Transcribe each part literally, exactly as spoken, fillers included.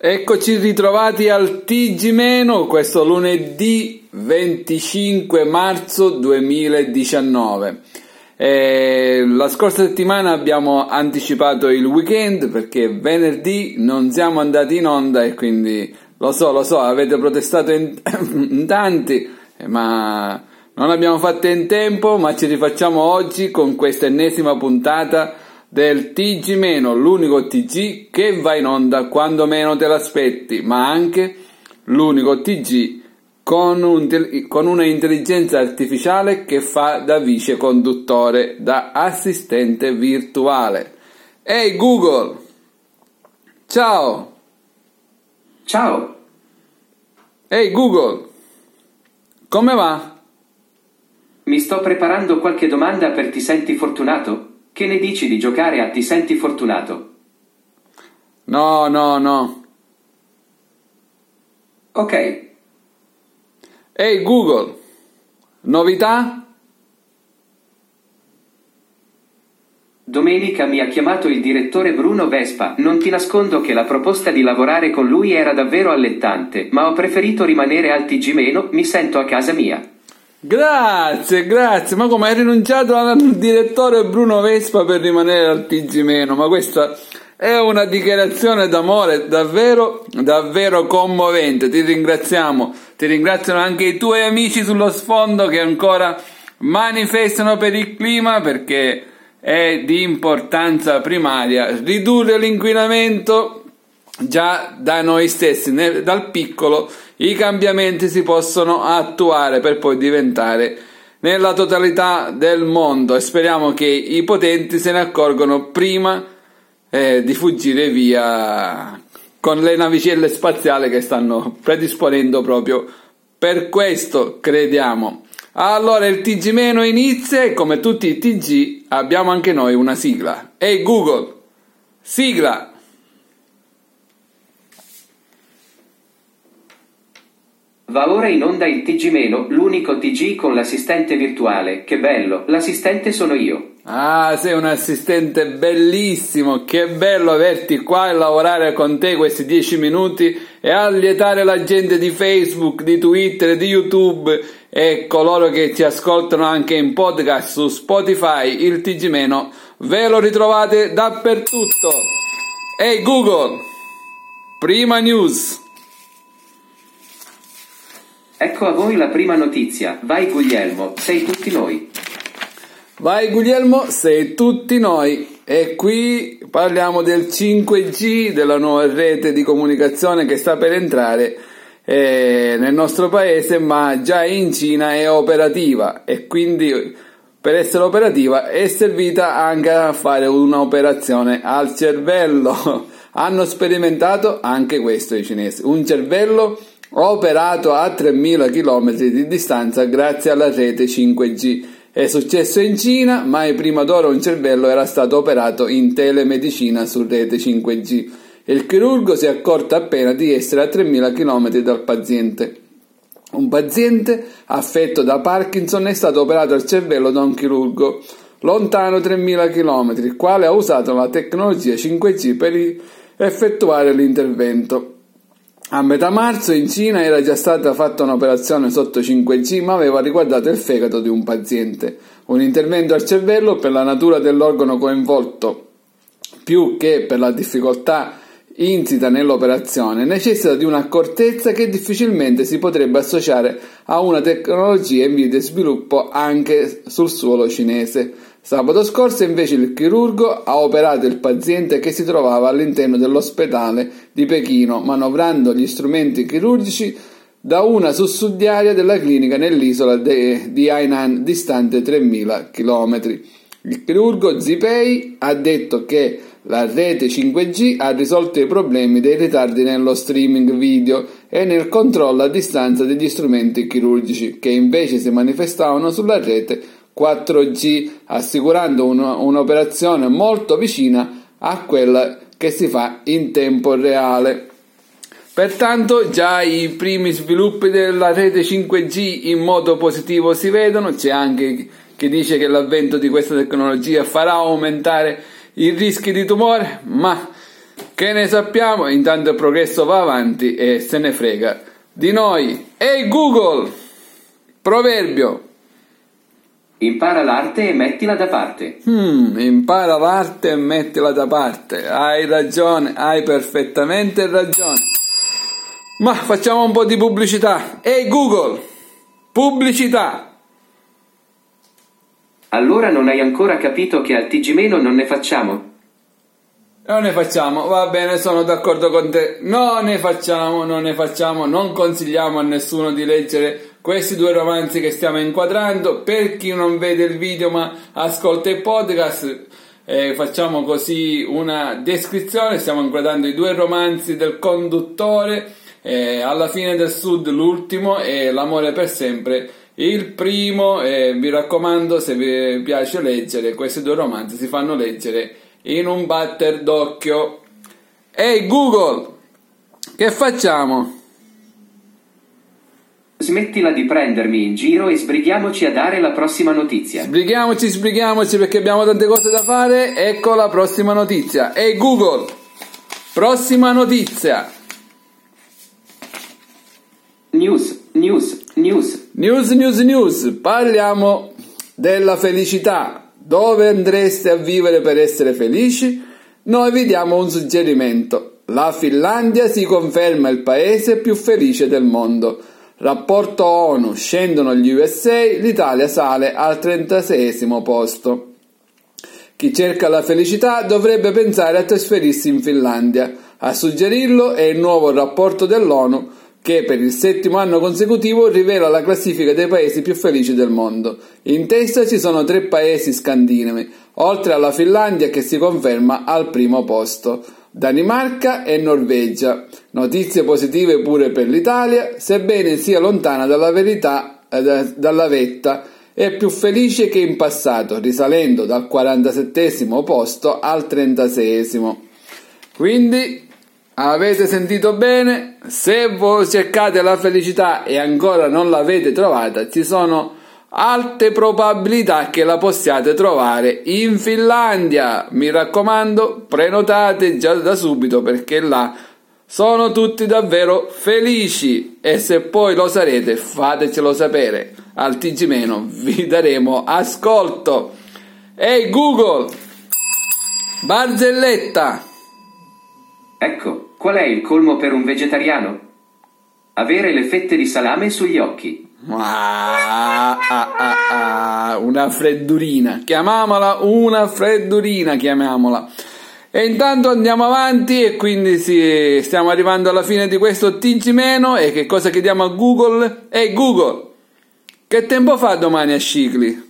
Eccoci ritrovati al T G Meno questo lunedì venticinque marzo duemiladiciannove. Eh, la scorsa settimana abbiamo anticipato il weekend perché venerdì non siamo andati in onda e quindi lo so, lo so, avete protestato in, in tanti, ma non abbiamo fatto in tempo, ma ci rifacciamo oggi con questa ennesima puntata del T G Meno, l'unico T G che va in onda quando meno te l'aspetti, ma anche l'unico T G con, un, con una intelligenza artificiale che fa da vice conduttore, da assistente virtuale. Ehi hey Google! Ciao! Ciao! Ehi hey Google! Come va? Mi sto preparando qualche domanda per Ti senti fortunato? Che ne dici di giocare a Ti senti fortunato? No, no, no. Ok. Ehi hey Google, novità? Domenica mi ha chiamato il direttore Bruno Vespa. Non ti nascondo che la proposta di lavorare con lui era davvero allettante, ma ho preferito rimanere al T G Meno, mi sento a casa mia. Grazie, grazie, ma come hai rinunciato al direttore Bruno Vespa per rimanere al T G Meno? Ma questa è una dichiarazione d'amore davvero, davvero commovente. Ti ringraziamo, ti ringraziano anche i tuoi amici sullo sfondo che ancora manifestano per il clima, perché è di importanza primaria ridurre l'inquinamento già da noi stessi. Dal piccolo i cambiamenti si possono attuare per poi diventare nella totalità del mondo, e speriamo che i potenti se ne accorgano prima eh, di fuggire via con le navicelle spaziali che stanno predisponendo proprio per questo, crediamo. Allora il T G Meno inizia e come tutti i T G abbiamo anche noi una sigla. Ehi hey Google, sigla! Va ora in onda il T G Meno, l'unico T G con l'assistente virtuale. Che bello, l'assistente sono io. Ah, sei un assistente bellissimo, che bello averti qua e lavorare con te questi dieci minuti e allietare la gente di Facebook, di Twitter, di YouTube e coloro che ci ascoltano anche in podcast su Spotify. Il T G Meno ve lo ritrovate dappertutto. Ehi hey Google, prima news. Ecco a voi la prima notizia. Vai Guglielmo, sei tutti noi. Vai Guglielmo, sei tutti noi. E qui parliamo del cinque G, della nuova rete di comunicazione che sta per entrare eh, nel nostro paese, ma già in Cina è operativa, e quindi per essere operativa è servita anche a fare un'operazione al cervello. Hanno sperimentato anche questo i cinesi, un cervello operato a tremila chilometri di distanza grazie alla rete cinque G. È successo in Cina, mai prima d'ora un cervello era stato operato in telemedicina su rete cinque G. Il chirurgo si è accorto appena di essere a tremila chilometri dal paziente. Un paziente affetto da Parkinson è stato operato al cervello da un chirurgo lontano tremila chilometri, il quale ha usato la tecnologia cinque G per effettuare l'intervento. A metà marzo in Cina era già stata fatta un'operazione sotto cinque G, ma aveva riguardato il fegato di un paziente. Un intervento al cervello, per la natura dell'organo coinvolto, più che per la difficoltà insita nell'operazione, necessita di un'accortezza che difficilmente si potrebbe associare a una tecnologia in via di sviluppo anche sul suolo cinese. Sabato scorso invece il chirurgo ha operato il paziente che si trovava all'interno dell'ospedale di Pechino, manovrando gli strumenti chirurgici da una sussidiaria della clinica nell'isola de, di Hainan, distante tremila chilometri. Il chirurgo Zipei ha detto che la rete cinque G ha risolto i problemi dei ritardi nello streaming video e nel controllo a distanza degli strumenti chirurgici, che invece si manifestavano sulla rete quattro G, assicurando una, un'operazione molto vicina a quella che si fa in tempo reale. Pertanto già i primi sviluppi della rete cinque G in modo positivo si vedono. C'è anche chi dice che l'avvento di questa tecnologia farà aumentare i rischi di tumore, ma che ne sappiamo? Intanto il progresso va avanti e se ne frega di noi. Ehi Google, proverbio. Impara l'arte e mettila da parte. Hmm, impara l'arte e mettila da parte. Hai ragione, hai perfettamente ragione. Ma facciamo un po' di pubblicità. Ehi Google, pubblicità. Allora non hai ancora capito che al T G meno non ne facciamo? Non ne facciamo, va bene, sono d'accordo con te. Non ne facciamo, non ne facciamo, non consigliamo a nessuno di leggere questi due romanzi che stiamo inquadrando. Per chi non vede il video ma ascolta il podcast, eh, facciamo così una descrizione. Stiamo inquadrando i due romanzi del conduttore, eh, Alla fine del sud l'ultimo e L'amore per sempre il primo. Eh, vi raccomando, se vi piace leggere, questi due romanzi si fanno leggere in un batter d'occhio. Ehi Google, che facciamo? Smettila di prendermi in giro e sbrighiamoci a dare la prossima notizia. Sbrighiamoci, sbrighiamoci perché abbiamo tante cose da fare. Ecco la prossima notizia. Ehi Google, prossima notizia. News, news, news. News, news, news. Parliamo della felicità. Dove andreste a vivere per essere felici? Noi vi diamo un suggerimento. La Finlandia si conferma il paese più felice del mondo. Rapporto ONU, scendono gli U S A, l'Italia sale al trentaseiesimo posto. Chi cerca la felicità dovrebbe pensare a trasferirsi in Finlandia. A suggerirlo è il nuovo rapporto dell'ONU che per il settimo anno consecutivo rivela la classifica dei paesi più felici del mondo. In testa ci sono tre paesi scandinavi, oltre alla Finlandia che si conferma al primo posto, Danimarca e Norvegia. Notizie positive pure per l'Italia, sebbene sia lontana dalla verità, eh, dalla vetta, è più felice che in passato, risalendo dal quarantasettesimo posto al trentaseiesimo. Quindi avete sentito bene? Se voi cercate la felicità e ancora non l'avete trovata, ci sono alte probabilità che la possiate trovare in Finlandia. Mi raccomando, prenotate già da subito perché là sono tutti davvero felici e se poi lo sarete fatecelo sapere. Al T G meno vi daremo ascolto. Ehi Google, barzelletta. Ecco, qual è il colmo per un vegetariano? Avere le fette di salame sugli occhi. Ah, ah, ah, ah, una freddurina, chiamiamola una freddurina, chiamiamola. E intanto andiamo avanti e quindi sì, stiamo arrivando alla fine di questo T G meno. E che cosa chiediamo a Google? Ehi Google, che tempo fa domani a Scicli?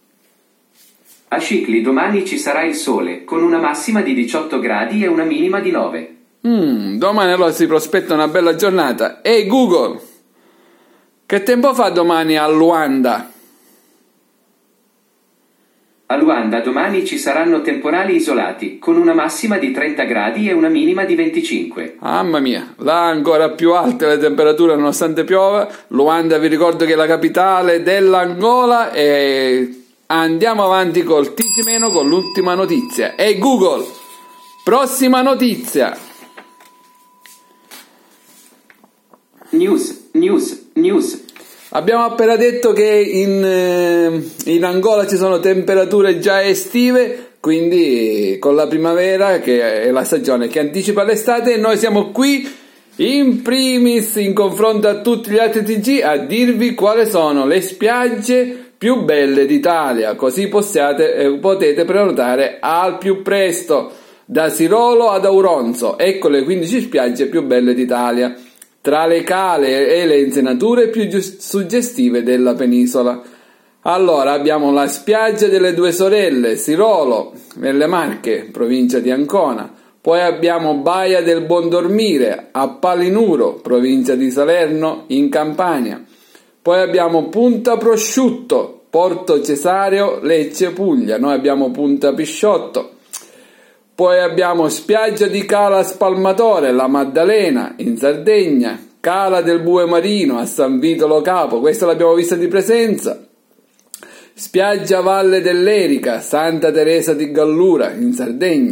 A Scicli domani ci sarà il sole, con una massima di diciotto gradi e una minima di nove. Mm, domani allora si prospetta una bella giornata. Ehi Google, che tempo fa domani a Luanda? A Luanda domani ci saranno temporali isolati, con una massima di trenta gradi e una minima di venticinque. Mamma mia, là ancora più alte le temperature nonostante piova. Luanda vi ricordo che è la capitale dell'Angola e andiamo avanti col T G meno con l'ultima notizia. Ehi Google, prossima notizia. News, news, news. Abbiamo appena detto che in, eh, in Angola ci sono temperature già estive, quindi con la primavera, che è la stagione che anticipa l'estate, noi siamo qui in primis in confronto a tutti gli altri T G a dirvi quali sono le spiagge più belle d'Italia, così possiate, eh, potete prenotare al più presto da Sirolo ad Auronzo. Ecco le quindici spiagge più belle d'Italia, tra le cale e le insenature più suggestive della penisola. Allora abbiamo la spiaggia delle Due Sorelle, Sirolo, nelle Marche, provincia di Ancona. Poi abbiamo Baia del Buondormire, a Palinuro, provincia di Salerno, in Campania. Poi abbiamo Punta Prosciutto, Porto Cesareo, Lecce, Puglia. Noi abbiamo Punta Pisciotto. Poi abbiamo spiaggia di Cala Spalmatore, La Maddalena, in Sardegna, Cala del Bue Marino, a San Vito Lo Capo, questa l'abbiamo vista di presenza, spiaggia Valle dell'Erica, Santa Teresa di Gallura, in Sardegna,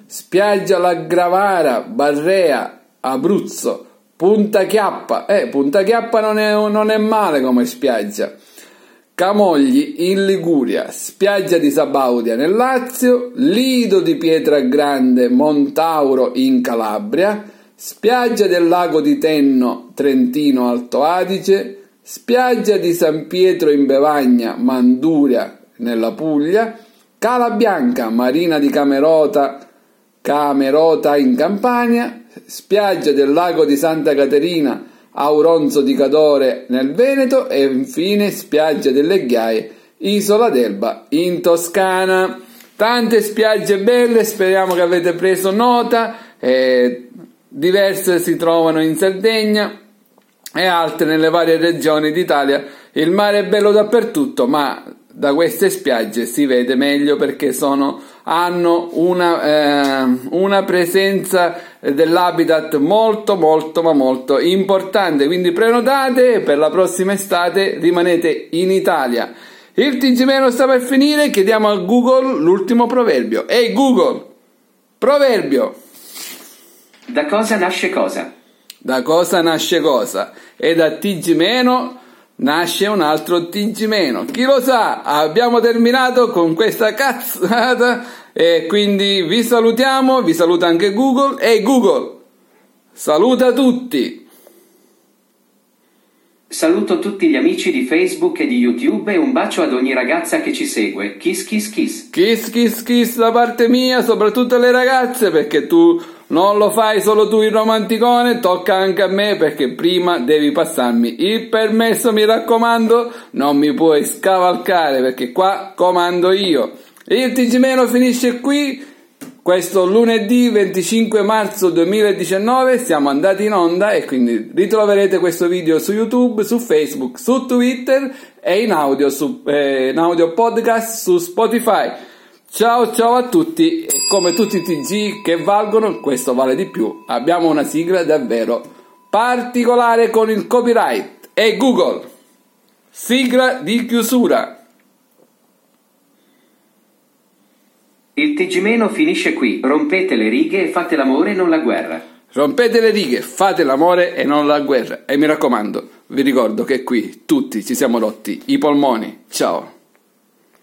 spiaggia La Gravara, Barrea, Abruzzo, Punta Chiappa, eh, Punta Chiappa non è, non è male come spiaggia, Camogli in Liguria, spiaggia di Sabaudia nel Lazio, Lido di Pietragrande, Montauro in Calabria, spiaggia del lago di Tenno, Trentino Alto Adige, spiaggia di San Pietro in Bevagna, Manduria nella Puglia, Cala Bianca, Marina di Camerota, Camerota in Campania, spiaggia del lago di Santa Caterina, Auronzo di Cadore nel Veneto e infine spiaggia delle Ghiaie, Isola d'Elba in Toscana. Tante spiagge belle, speriamo che avete preso nota, eh, diverse si trovano in Sardegna e altre nelle varie regioni d'Italia. Il mare è bello dappertutto, ma da queste spiagge si vede meglio perché sono, hanno una, eh, una presenza dell'habitat molto molto ma molto importante, quindi prenotate per la prossima estate, rimanete in Italia. Il T G Meno sta per finire, chiediamo a Google l'ultimo proverbio. Ehi Google, proverbio. Da cosa nasce cosa? Da cosa nasce cosa? E da T G Meno nasce un altro T G Meno. Chi lo sa? Abbiamo terminato con questa cazzata e quindi vi salutiamo, vi saluta anche Google. Ehi Google, saluta tutti. Saluto tutti gli amici di Facebook e di YouTube e un bacio ad ogni ragazza che ci segue. Kiss kiss kiss. Kiss kiss kiss da parte mia, soprattutto alle ragazze, perché tu non lo fai solo tu il romanticone, tocca anche a me, perché prima devi passarmi il permesso, mi raccomando, non mi puoi scavalcare perché qua comando io. Il T G Meno finisce qui, questo lunedì venticinque marzo duemiladiciannove siamo andati in onda e quindi ritroverete questo video su YouTube, su Facebook, su Twitter e in audio, su, eh, in audio podcast su Spotify. Ciao ciao a tutti, e come tutti i T G che valgono, questo vale di più. Abbiamo una sigla davvero particolare con il copyright. E Google, sigla di chiusura. Il T G Meno finisce qui, rompete le righe e fate l'amore e non la guerra. Rompete le righe, fate l'amore e non la guerra. E mi raccomando, vi ricordo che qui tutti ci siamo rotti i polmoni. Ciao.